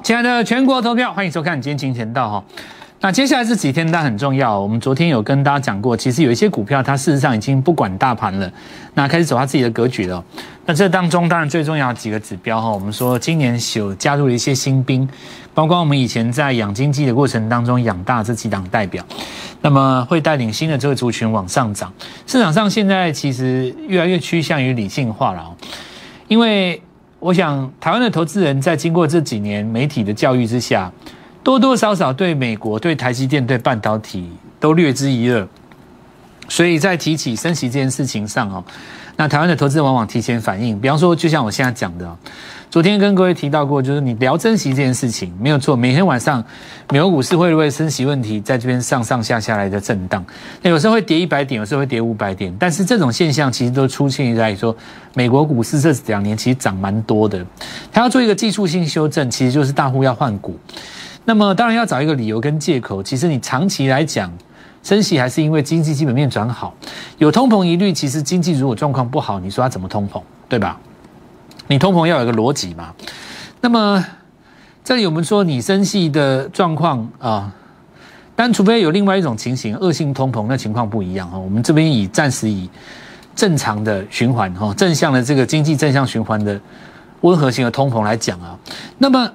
亲爱的全国投票，欢迎收看今天金钱道哈。那接下来这几天当然很重要，我们昨天有跟大家讲过，其实有一些股票它事实上已经不管大盘了，那开始走它自己的格局了。那这当中当然最重要的几个指标哈，我们说今年有加入了一些新兵，包括我们以前在养经济的过程当中养大这几档代表，那么会带领新的这个族群往上涨。市场上现在其实越来越趋向于理性化了，因为我想台湾的投资人在经过这几年媒体的教育之下，多多少少对美国、对台积电、对半导体都略知一二，所以在提起升息这件事情上那台湾的投资人往往提前反应。比方说，就像我现在讲的，昨天跟各位提到过，就是你聊升息这件事情没有错，每天晚上美国股市会因为升息问题在这边上上下下来的震荡，那有时候会跌100点，有时候会跌500点，但是这种现象其实都出现在说美国股市这2年其实涨蛮多的，它要做一个技术性修正，其实就是大户要换股。那么当然要找一个理由跟借口，其实你长期来讲，升息还是因为经济基本面转好，有通膨疑虑，其实经济如果状况不好，你说它怎么通膨，对吧？你通膨要有一个逻辑嘛。那么这里我们说你升息的状况但除非有另外一种情形，恶性通膨，那情况不一样我们这边暂时以正常的循环正向的这个经济正向循环的温和型的通膨来讲那么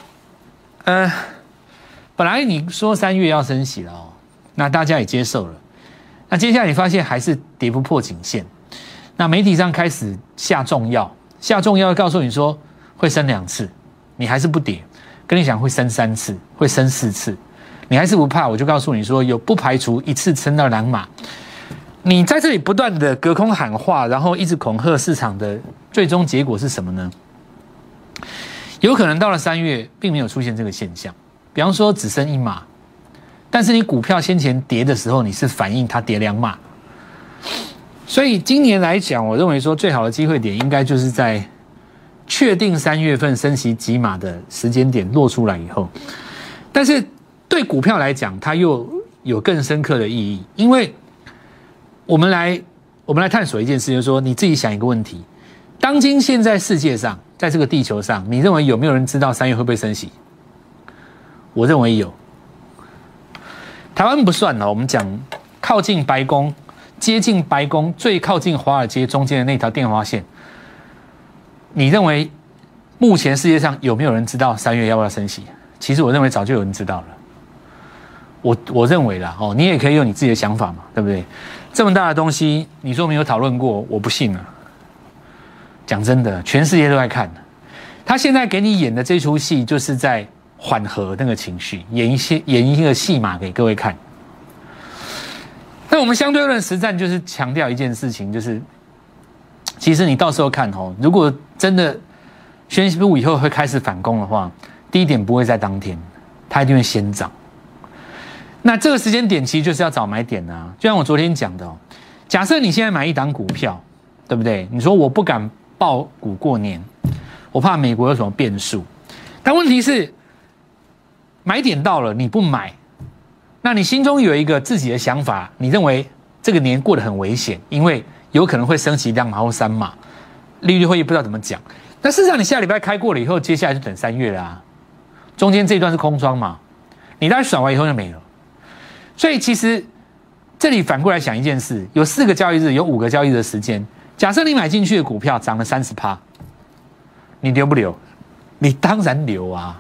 本来你说3月要升息了那大家也接受了。那接下来你发现还是跌不破颈线，那媒体上开始下重药告诉你说会升2次，你还是不跌，跟你讲会升3次，会升4次，你还是不怕，我就告诉你说有不排除1次升到2码。你在这里不断的隔空喊话，然后一直恐吓市场的最终结果是什么呢？有可能到了3月并没有出现这个现象，比方说只升1码，但是你股票先前跌的时候，你是反映它跌2码。所以今年来讲，我认为说最好的机会点应该就是在确定3月份升息几码的时间点落出来以后。但是对股票来讲，它又有更深刻的意义，因为我们来探索一件事，就是说你自己想一个问题：当今现在世界上，在这个地球上，你认为有没有人知道3月会不会升息？我认为有。台湾不算了，我们讲靠近白宫、接近白宫、最靠近华尔街中间的那条电话线，你认为目前世界上有没有人知道3月要不要升息？其实我认为早就有人知道了。我认为啦你也可以有你自己的想法嘛，对不对？这么大的东西，你说没有讨论过，我不信啊。讲真的，全世界都在看。他现在给你演的这出戏，就是在缓和那个情绪，演一个戏码给各位看。那我们相对论实战就是强调一件事情，就是其实你到时候看如果真的宣布以后会开始反攻的话，第一点不会在当天，它一定会先涨。那这个时间点其实就是要找买点啊，就像我昨天讲的假设你现在买一档股票，对不对？你说我不敢抱股过年，我怕美国有什么变数。但问题是，买点到了你不买，那你心中有一个自己的想法，你认为这个年过得很危险，因为有可能会升息2码或3码，利率会议不知道怎么讲。那事实上你下礼拜开过了以后，接下来就等3月啦中间这一段是空窗嘛，你大概甩完以后就没了。所以其实这里反过来想一件事，有4个交易日，有5个交易日的时间。假设你买进去的股票涨了30%，你留不留？你当然留啊。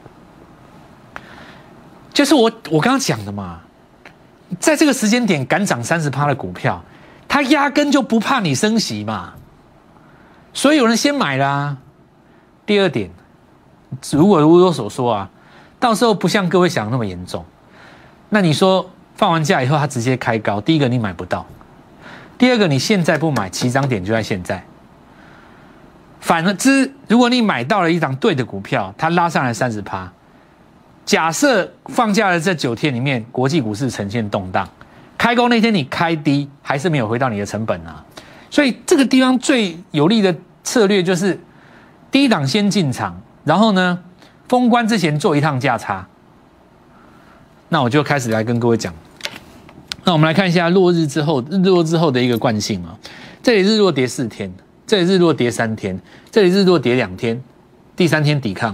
就是我刚刚讲的嘛，在这个时间点敢涨30%的股票，它压根就不怕你升息嘛，所以有人先买啦。第二点，如我所说到时候不像各位想的那么严重。那你说放完假以后它直接开高，第一个你买不到，第二个你现在不买，起涨点就在现在。反之，如果你买到了一档对的股票，它拉上来30%，假设放假的这9天里面，国际股市呈现动荡，开高那天你开低，还是没有回到你的成本啊。所以这个地方最有利的策略就是低档先进场，然后呢，封关之前做一趟价差。那我就开始来跟各位讲。那我们来看一下日落之后的一个惯性这里日落跌4天，这里日落跌3天，这里日落跌2天，第3天抵抗，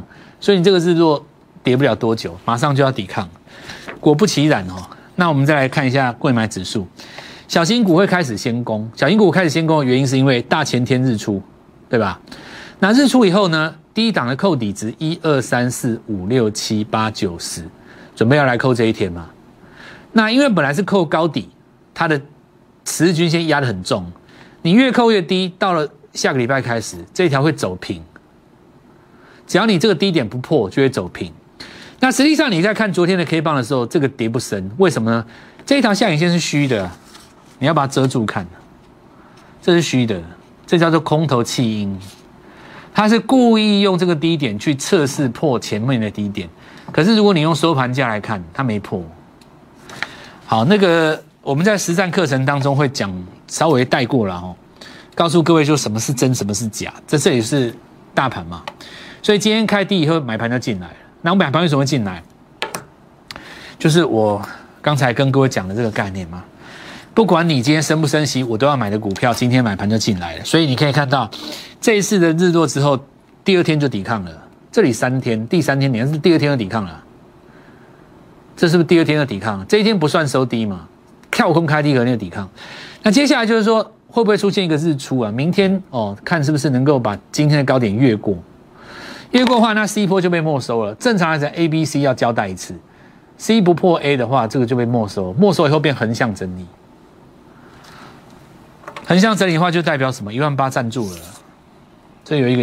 所以你这个日落跌不了多久，马上就要抵抗。果不其然哦，那我们再来看一下贵买指数，小型股会开始先攻。小型股开始先攻的原因是因为大前天日出，对吧？那日出以后呢，第一档的扣底值1、2、3、4、5、6、7、8、9、10，准备要来扣这一天嘛？那因为本来是扣高底，它的10日均线压得很重，你越扣越低，到了下个礼拜开始，这一条会走平。只要你这个低点不破，就会走平。那实际上你在看昨天的 K 棒的时候，这个跌不深，为什么呢？这一条下影线是虚的，你要把它遮住看，这是虚的，这叫做空头弃鹰。它是故意用这个低点去测试破前面的低点，可是如果你用收盘价来看，它没破。好，那个我们在实战课程当中会讲，稍微带过了哦，告诉各位说什么是真，什么是假。这也是大盘嘛，所以今天开低以后买盘就进来了。那我买盘为什么会进来？就是我刚才跟各位讲的这个概念嘛。不管你今天升不升息，我都要买的股票，今天买盘就进来了。所以你可以看到，这一次的日落之后，第二天就抵抗了。这里3天，第3天你看是第二天就抵抗了。这是不是第二天的抵抗？这一天不算收低嘛？跳空开低和那个抵抗。那接下来就是说，会不会出现一个日出啊？明天哦，看是不是能够把今天的高点越过。越过的话，那 C 波就被没收了。正常来讲 ，A、B、C 要交代一次 ，C 不破 A 的话，这个就被没收。没收以后变横向整理。横向整理的话，就代表什么？18000站住了。这有一个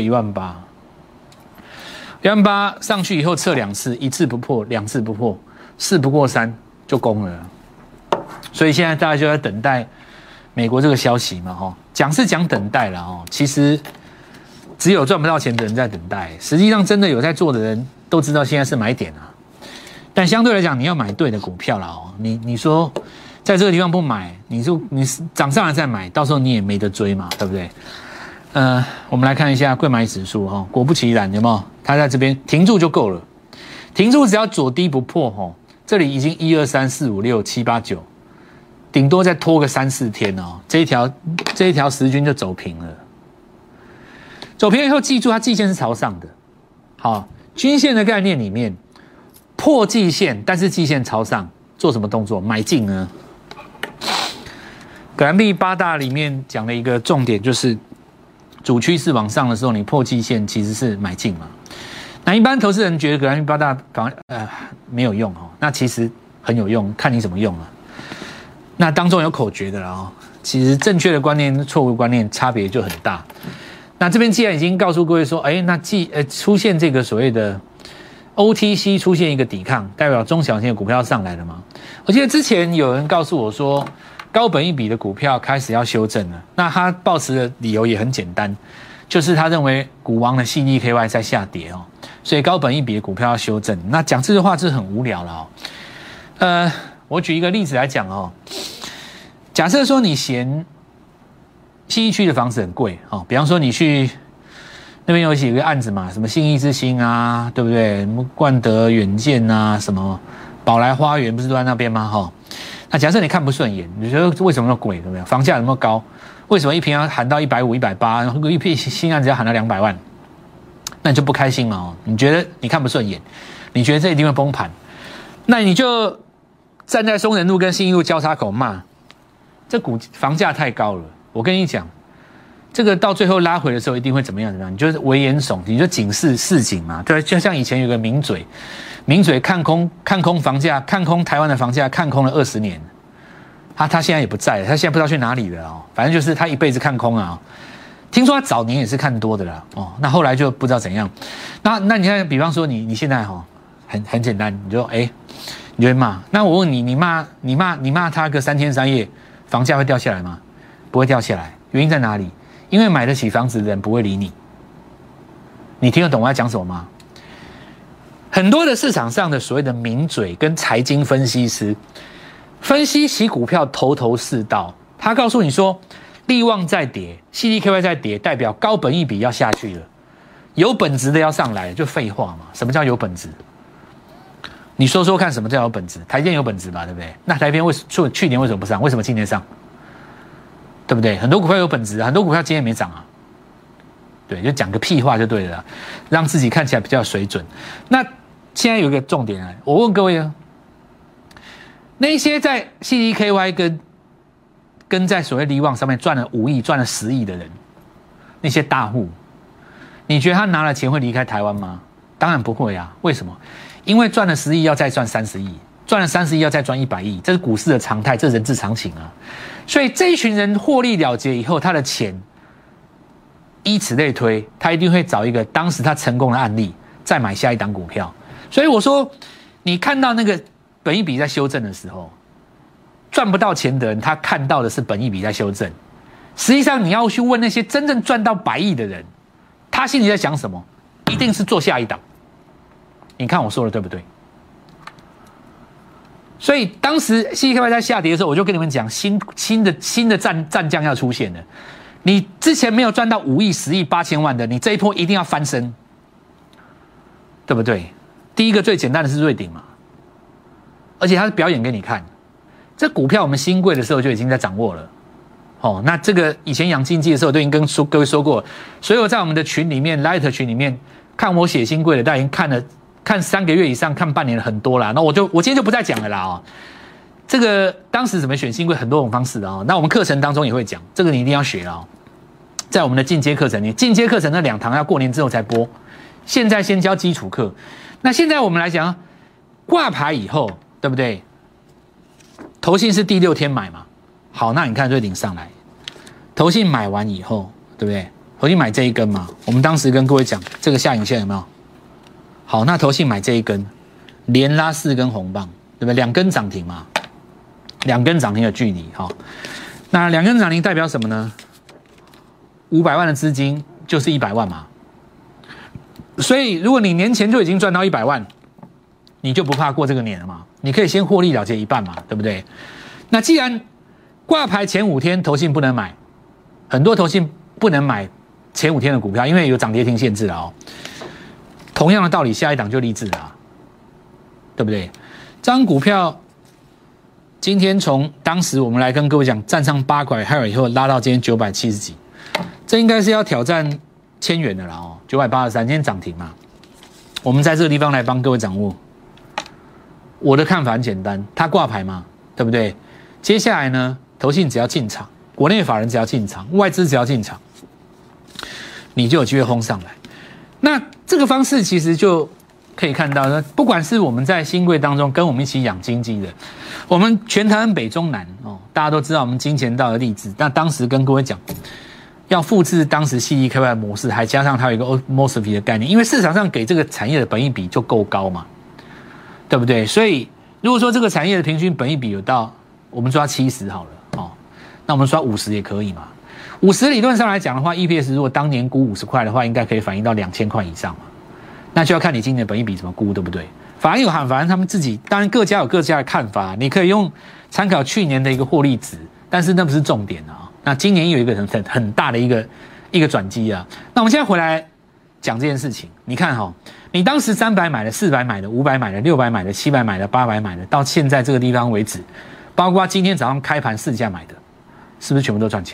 18000，18000上去以后测2次，1次不破，2次不破，4不过3就攻了。所以现在大家就在等待美国这个消息嘛，哈，讲是讲等待了哦，其实只有赚不到钱的人在等待，实际上真的有在做的人都知道现在是买点啊。但相对来讲，你要买对的股票啦哦，你说在这个地方不买，你涨上来再买，到时候你也没得追嘛，对不对？我们来看一下贵买指数哈，果不其然，有没有？它在这边停住就够了，停住只要左低不破哈，这里已经1、2、3、4、5、6、7、8、9，顶多再拖个3、4天哦，这一条10均就走平了。走平以后，记住它季线是朝上的，好，均线的概念里面破季线，但是季线朝上，做什么动作？买进呢？葛兰碧8大里面讲了一个重点，就是主趋势往上的时候，你破季线其实是买进嘛。那一般投资人觉得葛兰碧8大没有用哦，那其实很有用，看你怎么用了。那当中有口诀的啦哦，其实正确的观念、错误的观念差别就很大。那这边既然已经告诉各位说，那出现这个所谓的 OTC 出现一个抵抗，代表中小型的股票上来了吗？我记得之前有人告诉我说，高本益比的股票开始要修正了。那他抱持的理由也很简单，就是他认为股王的细粒 KY 在下跌哦，所以高本益比的股票要修正。那讲这句话是很无聊了哦。我举一个例子来讲哦，假设说你嫌信义区的房子很贵哦，比方说你去那边有几个案子嘛，什么信义之星啊，对不对？什么冠德远见啊，什么宝来花园不是都在那边吗？哈，那假设你看不顺眼，你觉得为什么那么贵，对不对？房价那么高，为什么一平要喊到150、180，然后一批新案子要喊到200万？那你就不开心嘛？哦，你觉得你看不顺眼，你觉得这一定会崩盘，那你就站在松仁路跟信义路交叉口骂，这房价太高了。我跟你讲，这个到最后拉回的时候一定会怎么样？你就是危言耸听，你就警示市井嘛。对，就像以前有个名嘴看空房价，看空台湾的房价，看空了20年。他现在也不在了，他现在不知道去哪里了哦。反正就是他一辈子看空啊。听说他早年也是看多的啦哦，那后来就不知道怎样。那你看，比方说你现在哈很简单，你就你就会骂。那我问你，你骂他个3天3夜，房价会掉下来吗？不会掉下来，原因在哪里？因为买得起房子的人不会理你。你听得懂我要讲什么吗？很多的市场上的所谓的名嘴跟财经分析师，分析其股票头头是道。他告诉你说，力旺在跌，CDKY 在跌，代表高本益比要下去了，有本质的要上来，就废话嘛。什么叫有本质？你说说看，什么叫有本质？台电有本质吧，对不对？那台电去年为什么不上？为什么今年上？对不对？很多股票有本质，很多股票今天没涨啊，对对，就讲个屁话就对了啦，让自己看起来比较有水准。那现在有一个重点啊，我问各位啊，那些在 CDKY 跟在所谓力旺上面赚了5亿、赚了10亿的人，那些大户，你觉得他拿了钱会离开台湾吗？当然不会啊。为什么？因为赚了10亿要再赚30亿，赚了30亿要再赚100亿，这是股市的常态，这是人之常情啊。所以这一群人获利了结以后，他的钱依此类推，他一定会找一个当时他成功的案例，再买下一档股票。所以我说，你看到那个本益比在修正的时候，赚不到钱的人，他看到的是本益比在修正。实际上，你要去问那些真正赚到100亿的人，他心里在想什么？一定是做下一档。你看我说的对不对？所以当时 CDKY 在下跌的时候，我就跟你们讲，新的战将要出现了。你之前没有赚到5亿、10亿、8000万的，你这一波一定要翻身，对不对？第一个最简单的是瑞鼎嘛，而且它是表演给你看。这股票我们新贵的时候就已经在掌握了。哦，那这个以前养经济的时候都已经跟各位说过，所以我在我们的群里面 ，Light 群里面看我写新贵的，大家已经看3个月以上，看半年了很多啦。那我今天就不再讲了啦哦。这个当时怎么选新贵很多种方式的哦。那我们课程当中也会讲，这个你一定要学哦。在我们的进阶课程里，进阶课程那2堂要过年之后才播，现在先教基础课。那现在我们来讲，挂牌以后，对不对？投信是第6天买嘛？好，那你看瑞鼎上来，投信买完以后，对不对？投信买这一根嘛，我们当时跟各位讲，这个下影线有没有？好，那投信买这一根，连拉4根红棒，对不对？2根涨停嘛，2根涨停的距离，好，那2根涨停代表什么呢？500万的资金就是100万嘛，所以如果你年前就已经赚到100万，你就不怕过这个年了嘛？你可以先获利了结一半嘛，对不对？那既然挂牌前5天投信不能买，很多投信不能买前5天的股票，因为有涨跌停限制了哦。同样的道理，下一档就励志了，对不对？这张股票今天从当时我们来跟各位讲，站上8块，还有以后拉到今天970几，这应该是要挑战1000元的了哦，983，今天涨停嘛。我们在这个地方来帮各位掌握。我的看法很简单，它挂牌嘛，对不对？接下来呢，投信只要进场，国内法人只要进场，外资只要进场，你就有机会轰上来。那这个方式其实就可以看到呢，不管是我们在新贵当中跟我们一起养金鸡的，我们全台湾北中南哦，大家都知道我们金钱道的例子。那当时跟各位讲，要复制当时 CDKY 的模式，还加上它有一个 OMOSFET 的概念，因为市场上给这个产业的本益比就够高嘛。对不对？所以如果说这个产业的平均本益比有到，我们抓70好了哦，那我们抓50也可以嘛。50理论上来讲的话 ，EPS 如果当年估50块的话，应该可以反映到2000块以上嘛。那就要看你今年的本益比怎么估，对不对？法人有喊，法人他们自己当然各家有各家的看法，你可以用参考去年的一个获利值，但是那不是重点啊。那今年有一个很大的一个转机啊。那我们现在回来讲这件事情，你看哈。你当时300买的、400买的、500买的、600买的、700买的、800买的，到现在这个地方为止，包括今天早上开盘市价买的，是不是全部都赚钱？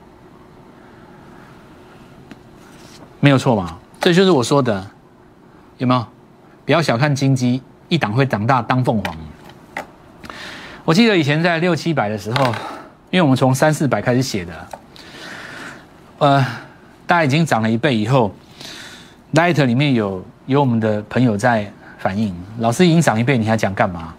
没有错嘛？这就是我说的，有没有？不要小看金鸡，一档会长大当凤凰。我记得以前在600、700的时候，因为我们从300、400开始写的，大概已经涨了1倍以后 ，Light 里面有我们的朋友在反映，老师已经涨1倍，你还讲干嘛？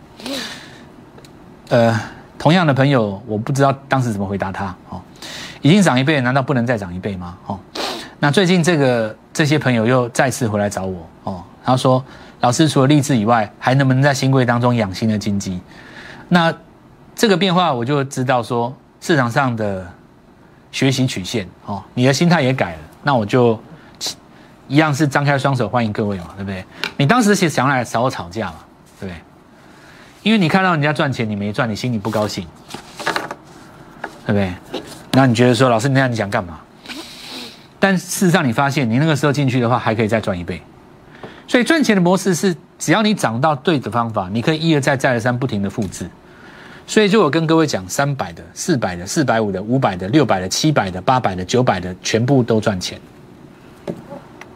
同样的朋友，我不知道当时怎么回答他。哦，已经涨1倍，难道不能再涨1倍吗？哦，那最近这些朋友又再次回来找我。哦，他说，老师除了励志以外，还能不能在新贵当中养新的金鸡？那这个变化，我就知道说市场上的学习曲线。哦，你的心态也改了，那我就。一样是张开双手欢迎各位嘛，对不对？你当时想来找我吵架嘛，对不对？因为你看到人家赚钱，你没赚，你心里不高兴，对不对？那你觉得说，老师你那样你想干嘛？但事实上你发现，你那个时候进去的话，还可以再赚1倍。所以赚钱的模式是，只要你找到对的方法，你可以一而再再而三不停的复制。所以就我跟各位讲，300的、400的、450的、500的、600的、700的、800的、900的，全部都赚钱。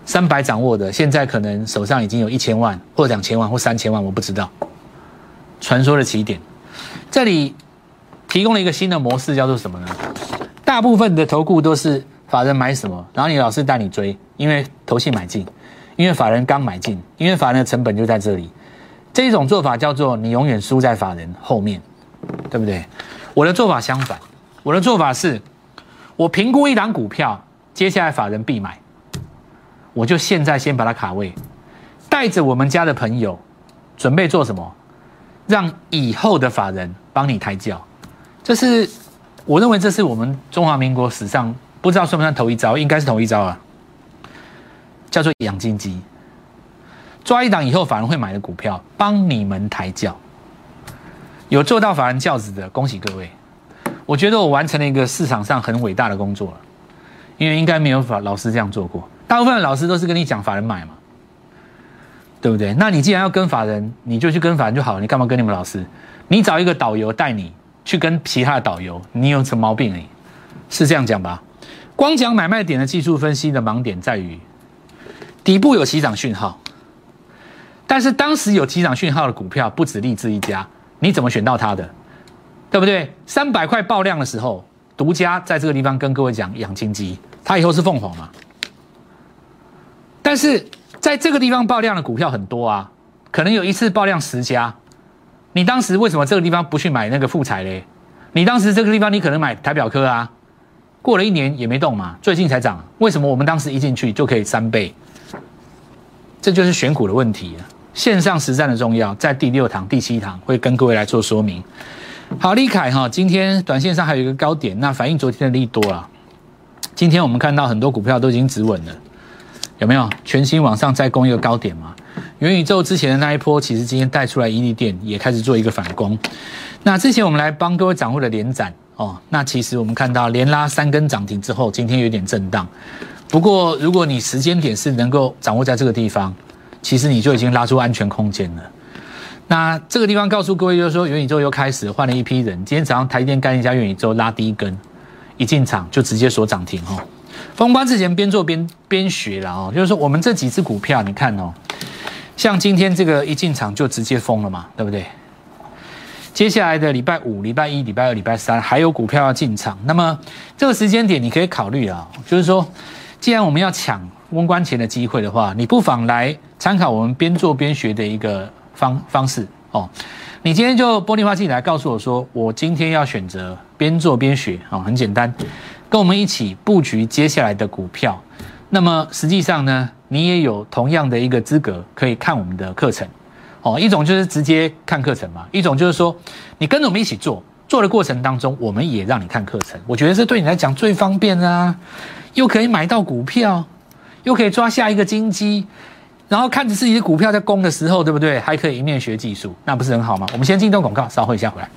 300掌握的，现在可能手上已经有1000万或2000万或3000万，我不知道。传说的起点，这里提供了一个新的模式，叫做什么呢？大部分的投顾都是法人买什么，然后你老师带你追，因为投信买进，因为法人刚买进，因为法人的成本就在这里。这种做法叫做你永远输在法人后面，对不对？我的做法相反，我的做法是，我评估一档股票，接下来法人必买，我就现在先把它卡位，带着我们家的朋友准备做什么？让以后的法人帮你抬轿，这是我认为这是我们中华民国史上不知道算不算头一招，应该是头一招啊，叫做养金鸡，抓一档以后法人会买的股票，帮你们抬轿。有做到法人轿子的，恭喜各位！我觉得我完成了一个市场上很伟大的工作了，因为应该没有老师这样做过，大部分的老师都是跟你讲法人买嘛。对不对？那你既然要跟法人，你就去跟法人就好了，你干嘛跟你们老师？你找一个导游带你去跟其他的导游，你有什么毛病？是这样讲吧？光讲买卖点的技术分析的盲点在于，底部有起涨讯号，但是当时有起涨讯号的股票不止立志一家，你怎么选到它的？对不对？300块爆量的时候，独家在这个地方跟各位讲养金鸡，它以后是凤凰嘛？但是在这个地方爆量的股票很多啊，可能有一次爆量10家。你当时为什么这个地方不去买那个富彩嘞？你当时这个地方你可能买台表科啊，过了1年也没动嘛，最近才涨。为什么我们当时一进去就可以3倍？这就是选股的问题了。线上实战的重要，在第6堂、第7堂会跟各位来做说明。好，立凯哈，今天短线上还有一个高点，那反映昨天的利多啦。今天我们看到很多股票都已经止稳了。有没有全新往上再攻一个高点嘛？元宇宙之前的那一波，其实今天带出来，伊利电也开始做一个反攻。那之前我们来帮各位掌握的联展哦，那其实我们看到连拉3根涨停之后，今天有点震荡。不过如果你时间点是能够掌握在这个地方，其实你就已经拉出安全空间了。那这个地方告诉各位，就是说元宇宙又开始换了一批人。今天早上台积电概念加元宇宙拉第一根，一进场就直接锁涨停哦。封关之前边做边学了哦，就是说我们这几只股票，你看哦，像今天这个一进场就直接封了嘛，对不对？接下来的礼拜5、礼拜1、礼拜2、礼拜3还有股票要进场，那么这个时间点你可以考虑啊，就是说，既然我们要抢封关前的机会的话，你不妨来参考我们边做边学的一个方式哦。你今天就玻璃化进来告诉我说，我今天要选择边做边学啊，很简单。跟我们一起布局接下来的股票，那么实际上呢，你也有同样的一个资格可以看我们的课程哦。一种就是直接看课程嘛，一种就是说你跟着我们一起做的过程当中，我们也让你看课程。我觉得这对你来讲最方便啊，又可以买到股票，又可以抓下一个金鸡，然后看着自己的股票在攻的时候，对不对？还可以一面学技术，那不是很好吗？我们先进段广告，稍后一下回来。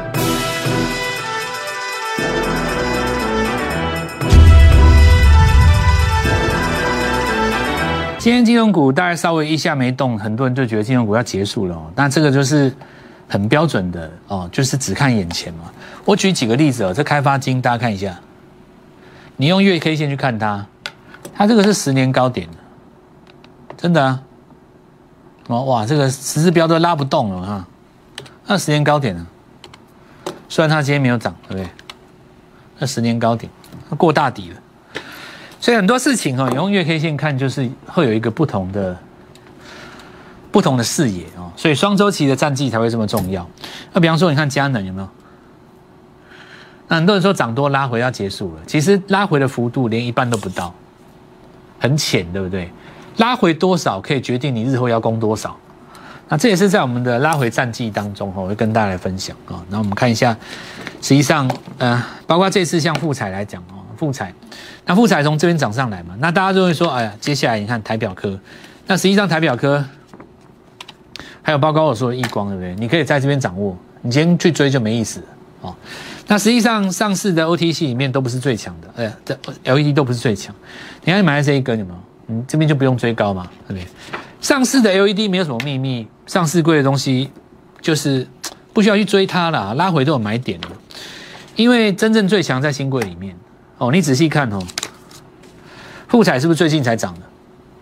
今天金融股大概稍微一下没动，很多人就觉得金融股要结束了哦。那这个就是很标准的哦，就是只看眼前嘛。我举几个例子哦，这开发金大家看一下，你用月 K 线去看它这个是10年高点，真的啊。哦哇，这个10字标都拉不动了哈，那10年高点啊。虽然它今天没有涨，对不对？那10年高点，它过大底了。所以很多事情哦，你用月 K 线看，就是会有一个不同的视野哦。所以双周期的战绩才会这么重要。那比方说，你看佳能有没有？那很多人说涨多拉回要结束了，其实拉回的幅度连一半都不到，很浅，对不对？拉回多少可以决定你日后要攻多少。那这也是在我们的拉回战绩当中我会跟大家来分享啊。那我们看一下，实际上包括这次像富彩来讲哦，富彩从这边涨上来嘛，那大家就会说，哎呀，接下来你看台表科，那实际上台表科还有包括我说的亿光，对不对？你可以在这边掌握，你今天去追就没意思了哦。那实际上上市的 OTC 里面都不是最强的，这 LED 都不是最强。你看你买的这一根有没有？你这边就不用追高嘛，对不对？上市的 LED 没有什么秘密，上市柜的东西就是不需要去追它啦，拉回都有买点的。因为真正最强在新柜里面哦，你仔细看哦，富彩是不是最近才涨的？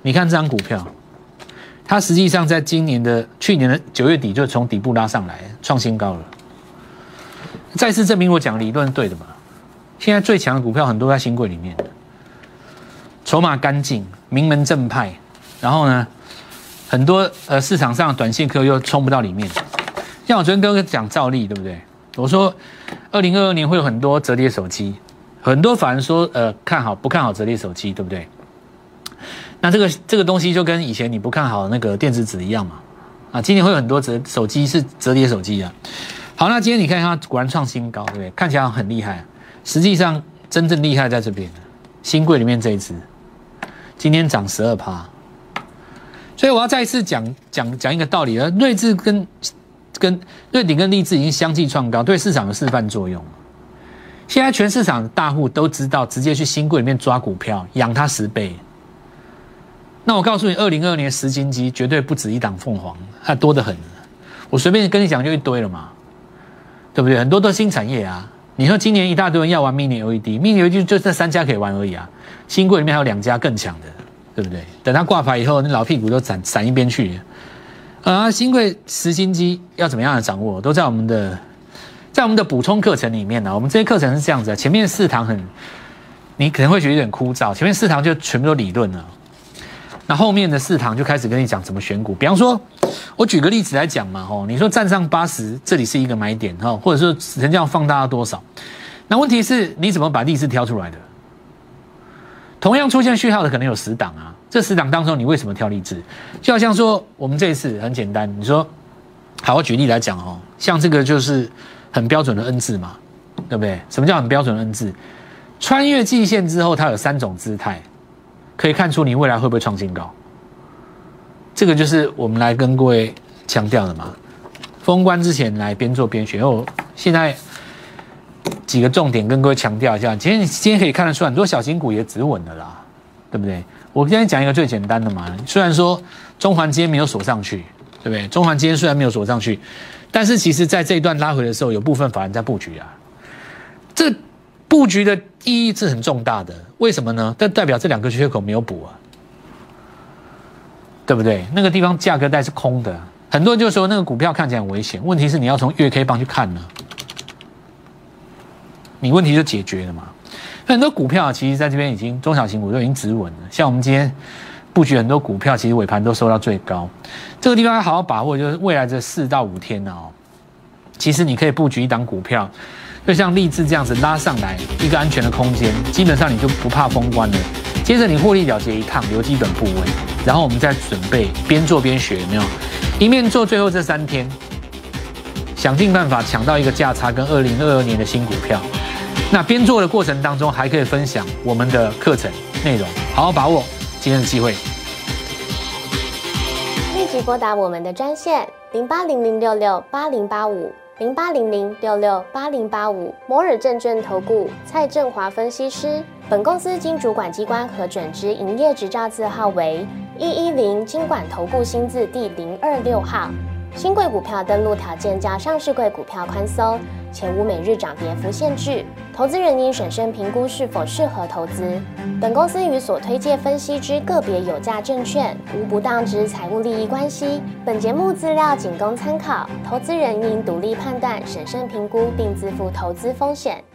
你看这张股票，它实际上在去年的9月底就从底部拉上来，创新高了。再次证明我讲的理论是对的嘛？现在最强的股票很多在新贵里面，筹码干净，名门正派，然后呢，很多市场上短线客又冲不到里面。像我昨天跟哥讲兆利，对不对？我说2022年会有很多折叠手机，很多法人说看好不看好折叠手机，对不对？那这个东西就跟以前你不看好那个电子纸一样嘛。啊，今年会有很多手机是折叠手机啊。好，那今天你看它果然创新高，对不对？看起来很厉害，实际上真正厉害在这边，新贵里面这一支，今天涨12%。所以我要再一次讲一个道理了，瑞鼎跟力智已经相继创高，对市场有示范作用。现在全市场的大户都知道，直接去新贵里面抓股票，养它10倍。那我告诉你，2022年10金鸡绝对不止一档凤凰，它多得很。我随便跟你讲就一堆了嘛，对不对？很多都是新产业啊。你说今年一大堆人要玩 Mini LED，Mini LED 就这3家可以玩而已啊。新贵里面还有2家更强的，对不对？等它挂牌以后，那老屁股都闪一边去。新贵10金鸡要怎么样的掌握，都在我们的补充课程里面呢。我们这些课程是这样子的，前面4堂你可能会觉得有点枯燥，前面4堂就全部都理论了。那后面的4堂就开始跟你讲怎么选股，比方说，我举个例子来讲嘛，你说站上80，这里是一个买点，或者说成交量放大到多少？那问题是你怎么把励志挑出来的？同样出现讯号的可能有10档啊，这10档当中你为什么挑励志？就好像说我们这一次很简单，你说，好，我举例来讲像这个就是很标准的 N 字嘛，对不对？什么叫很标准的 N 字？穿越季线之后，它有3种姿态。可以看出你未来会不会创新高，这个就是我们来跟各位强调的嘛。封关之前来边做边学，我现在几个重点跟各位强调一下。今天可以看得出很多小型股也止稳了啦，对不对？我今天讲一个最简单的嘛，虽然说中环今天没有锁上去，对不对？中环今天虽然没有锁上去，但是其实在这一段拉回的时候，有部分法人在布局啊。这布局的意义是很重大的，为什么呢？但代表这2个缺口没有补啊，对不对？那个地方价格带是空的，很多人就说那个股票看起来很危险，问题是你要从月 K 棒去看呢，你问题就解决了嘛。很多股票其实在这边已经中小型股都已经止稳了，像我们今天布局很多股票，其实尾盘都收到最高，这个地方要好好把握，就是未来这4到5天其实你可以布局一档股票。就像励志这样子拉上来一个安全的空间，基本上你就不怕封关了。接着你获利了结一趟，留基本部位，然后我们再准备边做边学，有没有？一面做最后这3天，想尽办法抢到一个价差跟2022年的新股票。那边做的过程当中，还可以分享我们的课程内容，好好把握今天的机会。 立即拨打我们的专线0800668085。0800668085，摩尔证券投顾蔡正华分析师。本公司经主管机关核准之营业执照字号为110金管投顾新字第026号。新贵股票登录条件较上市贵股票宽松，且无每日涨跌幅限制。投资人应审慎评估是否适合投资。本公司与所推介分析之个别有价证券无不当之财务利益关系。本节目资料仅供参考，投资人应独立判断、审慎评估，并自负投资风险。